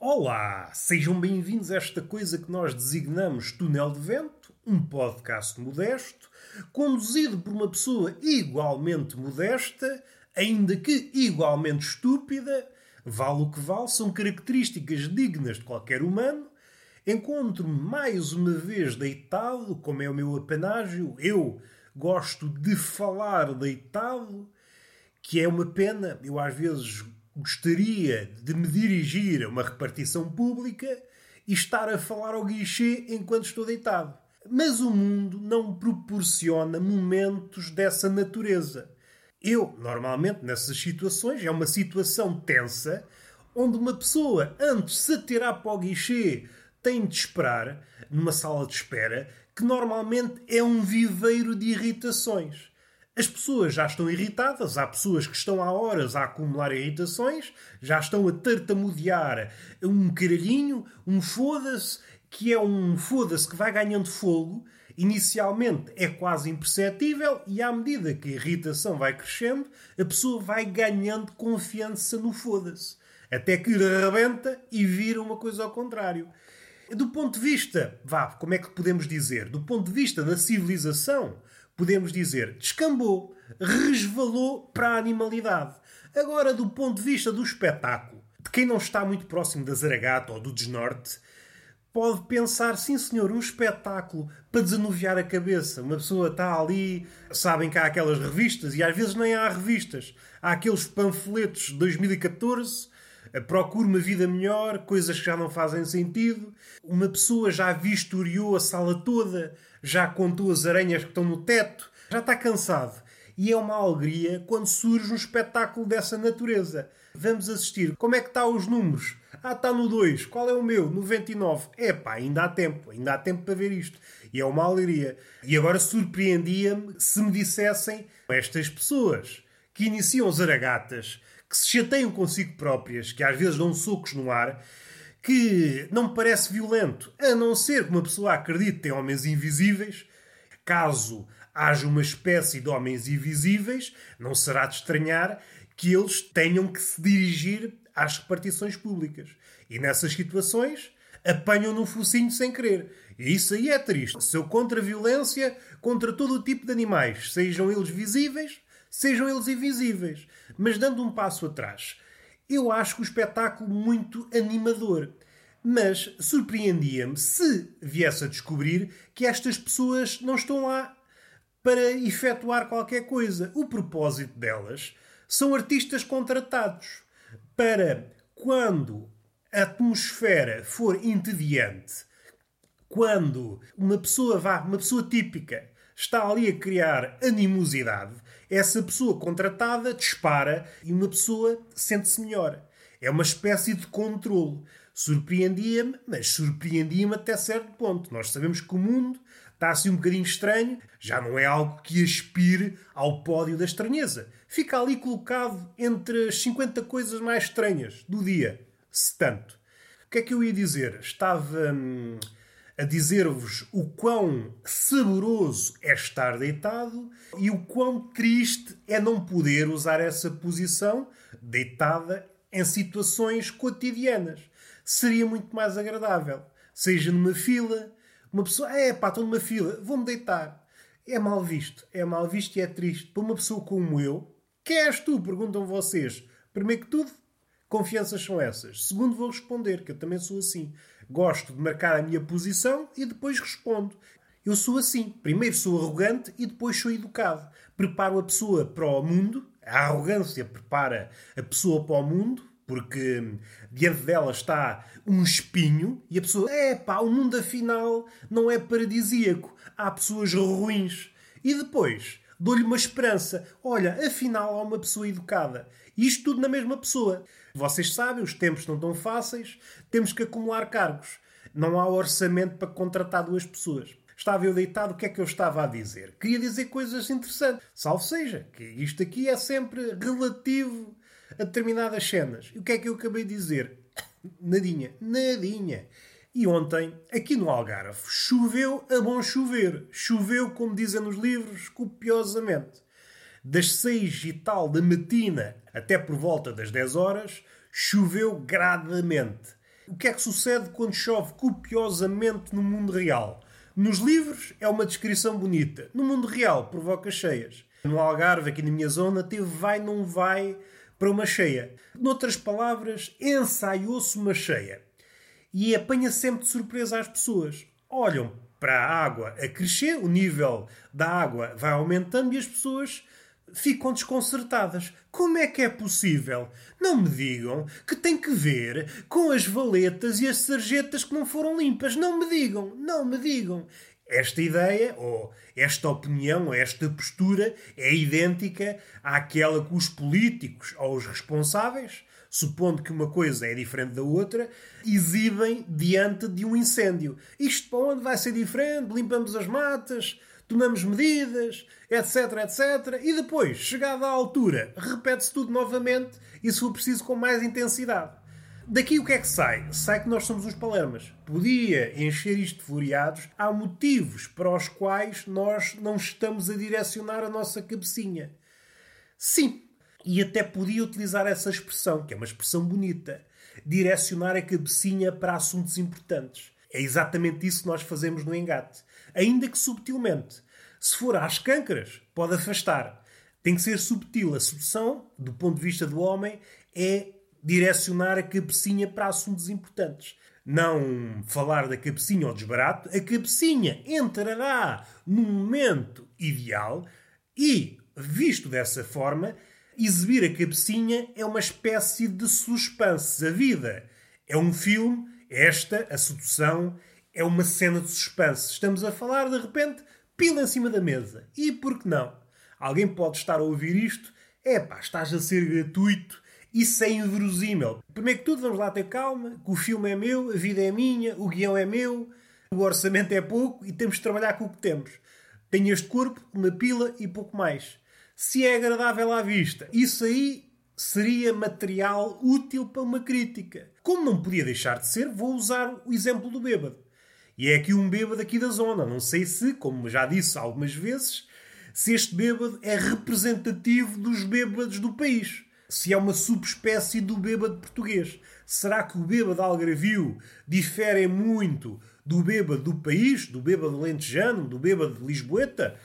Olá, sejam bem-vindos a esta coisa que nós designamos Túnel de Vento, um podcast modesto, conduzido por uma pessoa igualmente modesta, ainda que igualmente estúpida, vale o que vale, são características dignas de qualquer humano. Encontro-me mais uma vez deitado, como é o meu apanágio, eu gosto de falar deitado, que é uma pena, eu às vezes gostaria de me dirigir a uma repartição pública e estar a falar ao guichê enquanto estou deitado. Mas o mundo não proporciona momentos dessa natureza. Eu, normalmente, nessas situações, é uma situação tensa, onde uma pessoa, antes de se atirar para o guichê, tem de esperar, numa sala de espera, que normalmente é um viveiro de irritações. As pessoas já estão irritadas, há pessoas que estão há horas a acumular irritações, já estão a tartamudear um caralhinho, um foda-se, que é um foda-se que vai ganhando fogo. Inicialmente é quase imperceptível e à medida que a irritação vai crescendo, a pessoa vai ganhando confiança no foda-se. Até que rebenta e vira uma coisa ao contrário. Do ponto de vista, como é que podemos dizer? Do ponto de vista da civilização, podemos dizer, descambou, resvalou para a animalidade. Agora, do ponto de vista do espetáculo, de quem não está muito próximo da Zaragata ou do desnorte, pode pensar, sim senhor, um espetáculo para desanuviar a cabeça. Uma pessoa está ali, sabem que há aquelas revistas, e às vezes nem há revistas. Há aqueles panfletos de 2014, procure uma vida melhor, coisas que já não fazem sentido. Uma pessoa já vistoriou a sala toda, já contou as aranhas que estão no teto, já está cansado. E é uma alegria quando surge um espetáculo dessa natureza. Vamos assistir. Como é que está os números? Está no 2. Qual é o meu? 99. Ainda há tempo para ver isto. E é uma alegria. E agora surpreendia-me se me dissessem estas pessoas que iniciam zaragatas, que se chateiam consigo próprias, que às vezes dão socos no ar, que não me parece violento, a não ser que uma pessoa acredite em homens invisíveis. Caso haja uma espécie de homens invisíveis, não será de estranhar que eles tenham que se dirigir às repartições públicas. E nessas situações apanham no focinho sem querer. E isso aí é triste. Sou contra a violência, contra todo o tipo de animais, sejam eles visíveis, sejam eles invisíveis. Mas dando um passo atrás, eu acho o espetáculo muito animador. Mas surpreendia-me se viesse a descobrir que estas pessoas não estão lá para efetuar qualquer coisa. O propósito delas são artistas contratados para, quando a atmosfera for entediante, quando uma pessoa típica, está ali a criar animosidade, essa pessoa contratada dispara e uma pessoa sente-se melhor. É uma espécie de controle. Surpreendia-me, mas surpreendia-me até certo ponto. Nós sabemos que o mundo está assim um bocadinho estranho, já não é algo que aspire ao pódio da estranheza. Fica ali colocado entre as 50 coisas mais estranhas do dia, se tanto. O que é que eu ia dizer? Estava a dizer-vos o quão saboroso é estar deitado e o quão triste é não poder usar essa posição deitada em situações cotidianas. Seria muito mais agradável. Seja numa fila, uma pessoa, estou numa fila, vou-me deitar. É mal visto e é triste. Para uma pessoa como eu, quem és tu? Perguntam vocês. Primeiro que tudo, confianças são essas. Segundo, vou responder, que eu também sou assim. Gosto de marcar a minha posição e depois respondo. Eu sou assim. Primeiro sou arrogante e depois sou educado. Preparo a pessoa para o mundo. A arrogância prepara a pessoa para o mundo, porque diante dela está um espinho e a pessoa, o mundo afinal não é paradisíaco. Há pessoas ruins. E depois dou-lhe uma esperança. Olha, afinal há uma pessoa educada. E isto tudo na mesma pessoa. Vocês sabem, os tempos não estão fáceis, temos que acumular cargos. Não há orçamento para contratar 2 pessoas. Estava eu deitado, o que é que eu estava a dizer? Queria dizer coisas interessantes. Salvo seja, que isto aqui é sempre relativo a determinadas cenas. E o que é que eu acabei de dizer? Nadinha. E ontem, aqui no Algarve, choveu a bom chover. Choveu, como dizem nos livros, copiosamente. Das 6 e tal da matina até por volta das 10 horas, choveu gradamente. O que é que sucede quando chove copiosamente no mundo real? Nos livros é uma descrição bonita. No mundo real provoca cheias. No Algarve, aqui na minha zona, teve vai, não vai para uma cheia. Noutras palavras, ensaiou-se uma cheia. E apanha sempre de surpresa as pessoas. Olham para a água a crescer, o nível da água vai aumentando e as pessoas ficam desconcertadas. Como é que é possível? Não me digam que tem que ver com as valetas e as sarjetas que não foram limpas. Não me digam, não me digam. Esta ideia, ou esta opinião, ou esta postura é idêntica àquela que os políticos ou os responsáveis, supondo que uma coisa é diferente da outra, exibem diante de um incêndio. Isto para onde vai ser diferente? Limpamos as matas, tomamos medidas, etc, etc. E depois, chegada à altura, repete-se tudo novamente e, se for preciso, com mais intensidade. Daqui o que é que sai? Sai que nós somos uns palermas. Podia encher isto de floreados. Há motivos para os quais nós não estamos a direcionar a nossa cabecinha. Sim. E até podia utilizar essa expressão, que é uma expressão bonita. Direcionar a cabecinha para assuntos importantes. É exatamente isso que nós fazemos no engate. Ainda que subtilmente. Se for às câncaras, pode afastar. Tem que ser subtil. A sedução, do ponto de vista do homem, é direcionar a cabecinha para assuntos importantes. Não falar da cabecinha ao desbarato. A cabecinha entrará no momento ideal e, visto dessa forma, exibir a cabecinha é uma espécie de suspense. A vida é um filme, esta, a sedução, é uma cena de suspense. Estamos a falar, de repente, pila em cima da mesa. E por que não? Alguém pode estar a ouvir isto. Estás a ser gratuito. Isso é inverosímil. Primeiro que tudo, vamos lá ter calma, que o filme é meu, a vida é minha, o guião é meu, o orçamento é pouco e temos de trabalhar com o que temos. Tenho este corpo, uma pila e pouco mais. Se é agradável à vista, isso aí seria material útil para uma crítica. Como não podia deixar de ser, vou usar o exemplo do bêbado. E é aqui um bêbado aqui da zona. Não sei se, como já disse algumas vezes, se este bêbado é representativo dos bêbados do país. Se é uma subespécie do bêbado português. Será que o bêbado algarvio difere muito do bêbado do país, do bêbado lentejano, do bêbado de Lisboeta?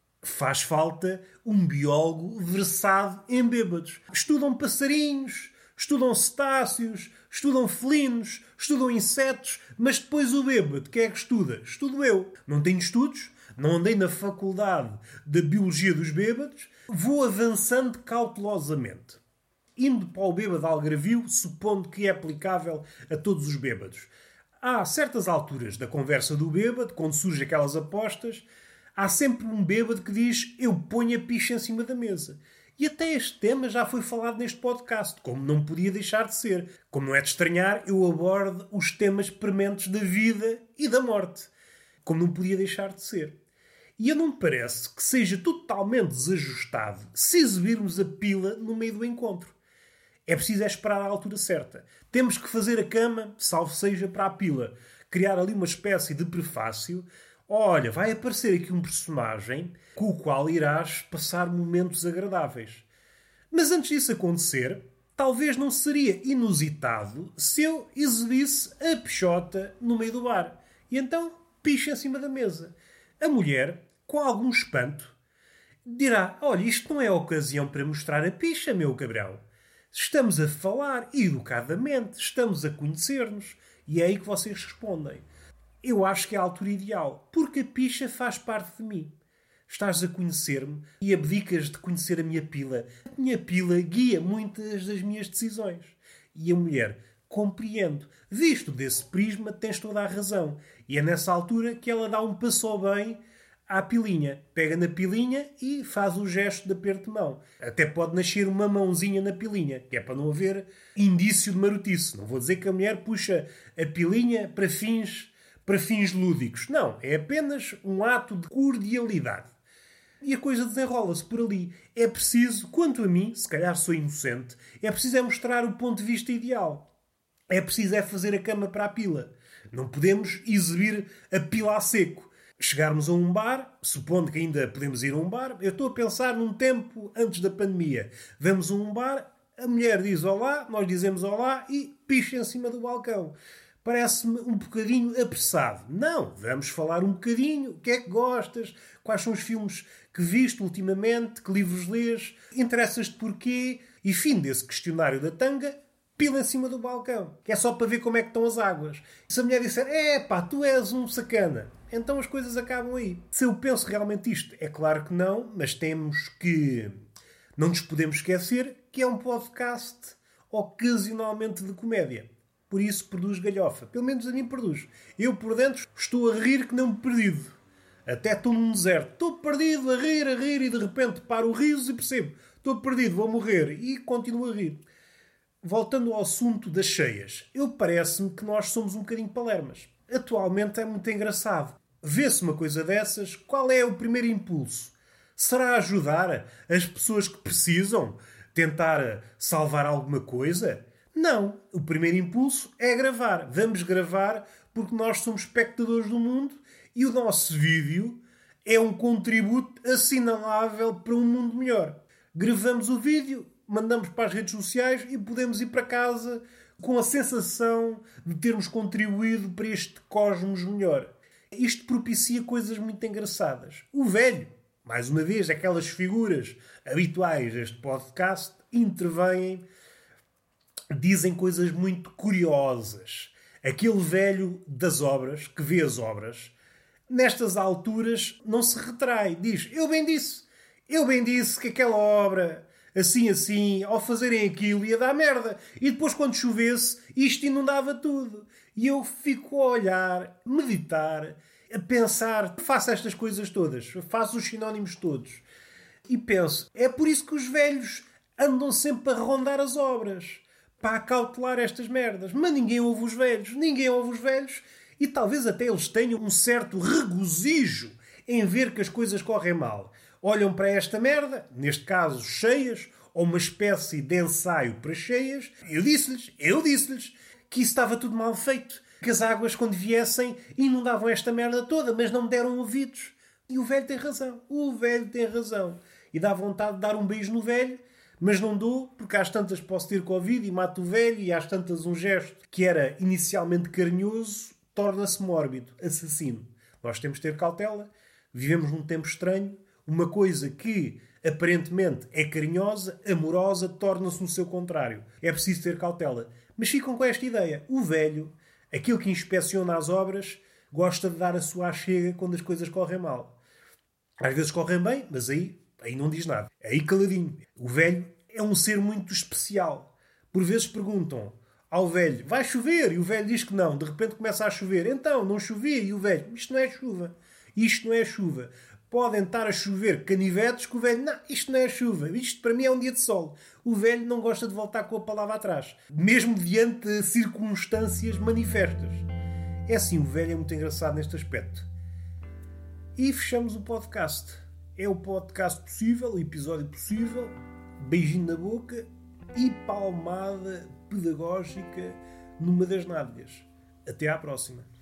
Faz falta um biólogo versado em bêbados. Estudam passarinhos, estudam cetáceos, estudam felinos, estudam insetos, mas depois o bêbado, quem é que estuda? Estudo eu. Não tenho estudos, não andei na faculdade da biologia dos bêbados, vou avançando cautelosamente. Indo para o bêbado algarvio, supondo que é aplicável a todos os bêbados. Há certas alturas da conversa do bêbado, quando surgem aquelas apostas, há sempre um bêbado que diz: eu ponho a picha em cima da mesa. E até este tema já foi falado neste podcast, como não podia deixar de ser. Como não é de estranhar, eu abordo os temas prementes da vida e da morte. Como não podia deixar de ser. E eu não me parece que seja totalmente desajustado se exibirmos a pila no meio do encontro. É preciso esperar a altura certa. Temos que fazer a cama, salvo seja para a pila. Criar ali uma espécie de prefácio. Olha, vai aparecer aqui um personagem com o qual irás passar momentos agradáveis. Mas antes disso acontecer, talvez não seria inusitado se eu exibisse a pichota no meio do bar. E então, picha em cima da mesa. A mulher, com algum espanto, dirá: olha, isto não é a ocasião para mostrar a picha, meu cabrão. Estamos a falar educadamente, estamos a conhecer-nos. E é aí que vocês respondem: eu acho que é a altura ideal, porque a picha faz parte de mim. Estás a conhecer-me e abdicas de conhecer a minha pila. A minha pila guia muitas das minhas decisões. E a mulher: compreendo. Visto desse prisma, tens toda a razão. E é nessa altura que ela dá um passo ao bem à pilinha. Pega na pilinha e faz o gesto de aperto de mão. Até pode nascer uma mãozinha na pilinha, que é para não haver indício de marotice. Não vou dizer que a mulher puxa a pilinha para fins lúdicos. Não, é apenas um ato de cordialidade. E a coisa desenrola-se por ali. É preciso, quanto a mim, se calhar sou inocente, é preciso mostrar o ponto de vista ideal. É preciso fazer a cama para a pila. Não podemos exibir a pila a seco. Chegarmos a um bar, supondo que ainda podemos ir a um bar, eu estou a pensar num tempo antes da pandemia. Vamos a um bar, A mulher diz olá, nós dizemos olá e picha em cima do balcão. Parece-me um bocadinho apressado. Não, vamos falar um bocadinho. O que é que gostas? Quais são os filmes que viste ultimamente? Que livros lês? Interessas-te porquê? E fim desse questionário da tanga, pila em cima do balcão. Que é só para ver como é que estão as águas. E se a mulher disser, tu és um sacana, então as coisas acabam aí. Se eu penso realmente isto, é claro que não, mas temos que... Não nos podemos esquecer que é um podcast ocasionalmente de comédia. Por isso produz galhofa. Pelo menos a mim produz. Eu por dentro estou a rir que não me perdido. Até estou num deserto. Estou perdido a rir e de repente paro o riso e percebo. Estou perdido, vou morrer. E continuo a rir. Voltando ao assunto das cheias. Parece-me que nós somos um bocadinho palermas. Atualmente é muito engraçado. Vê-se uma coisa dessas, qual é o primeiro impulso? Será ajudar as pessoas que precisam? Tentar salvar alguma coisa? Não. O primeiro impulso é gravar. Vamos gravar porque nós somos espectadores do mundo e o nosso vídeo é um contributo assinalável para um mundo melhor. Gravamos o vídeo, mandamos para as redes sociais e podemos ir para casa com a sensação de termos contribuído para este cosmos melhor. Isto propicia coisas muito engraçadas. O velho, mais uma vez, aquelas figuras habituais deste podcast, intervêm, dizem coisas muito curiosas. Aquele velho das obras, que vê as obras, nestas alturas não se retrai. Diz, eu bem disse que aquela obra, assim, ao fazerem aquilo ia dar merda. E depois quando chovesse, isto inundava tudo. E eu fico a olhar, meditar, a pensar, faço estas coisas todas, faço os sinónimos todos. E penso, é por isso que os velhos andam sempre a rondar as obras, para acautelar estas merdas. Mas ninguém ouve os velhos, e talvez até eles tenham um certo regozijo em ver que as coisas correm mal. Olham para esta merda, neste caso cheias, ou uma espécie de ensaio para cheias. Eu disse-lhes que isso estava tudo mal feito, que as águas quando viessem inundavam esta merda toda, mas não me deram ouvidos. E o velho tem razão. E dá vontade de dar um beijo no velho, mas não dou, porque às tantas posso ter Covid e mato o velho, e às tantas um gesto que era inicialmente carinhoso torna-se mórbido, assassino. Nós temos de ter cautela, vivemos num tempo estranho, uma coisa que aparentemente é carinhosa, amorosa, torna-se no seu contrário. É preciso ter cautela. Mas ficam com esta ideia. O velho, aquele que inspeciona as obras, gosta de dar a sua achega quando as coisas correm mal. Às vezes correm bem, mas aí não diz nada. Aí caladinho. O velho é um ser muito especial. Por vezes perguntam ao velho, vai chover? E o velho diz que não. De repente começa a chover. Então, não chovia. E o velho, isto não é chuva. Podem estar a chover canivetes que o velho, não, isto não é chuva. Isto para mim é um dia de sol. O velho não gosta de voltar com a palavra atrás. Mesmo diante de circunstâncias manifestas. É assim, o velho é muito engraçado neste aspecto. E fechamos o podcast. É o podcast possível, o episódio possível, beijinho na boca e palmada pedagógica numa das nádegas. Até à próxima.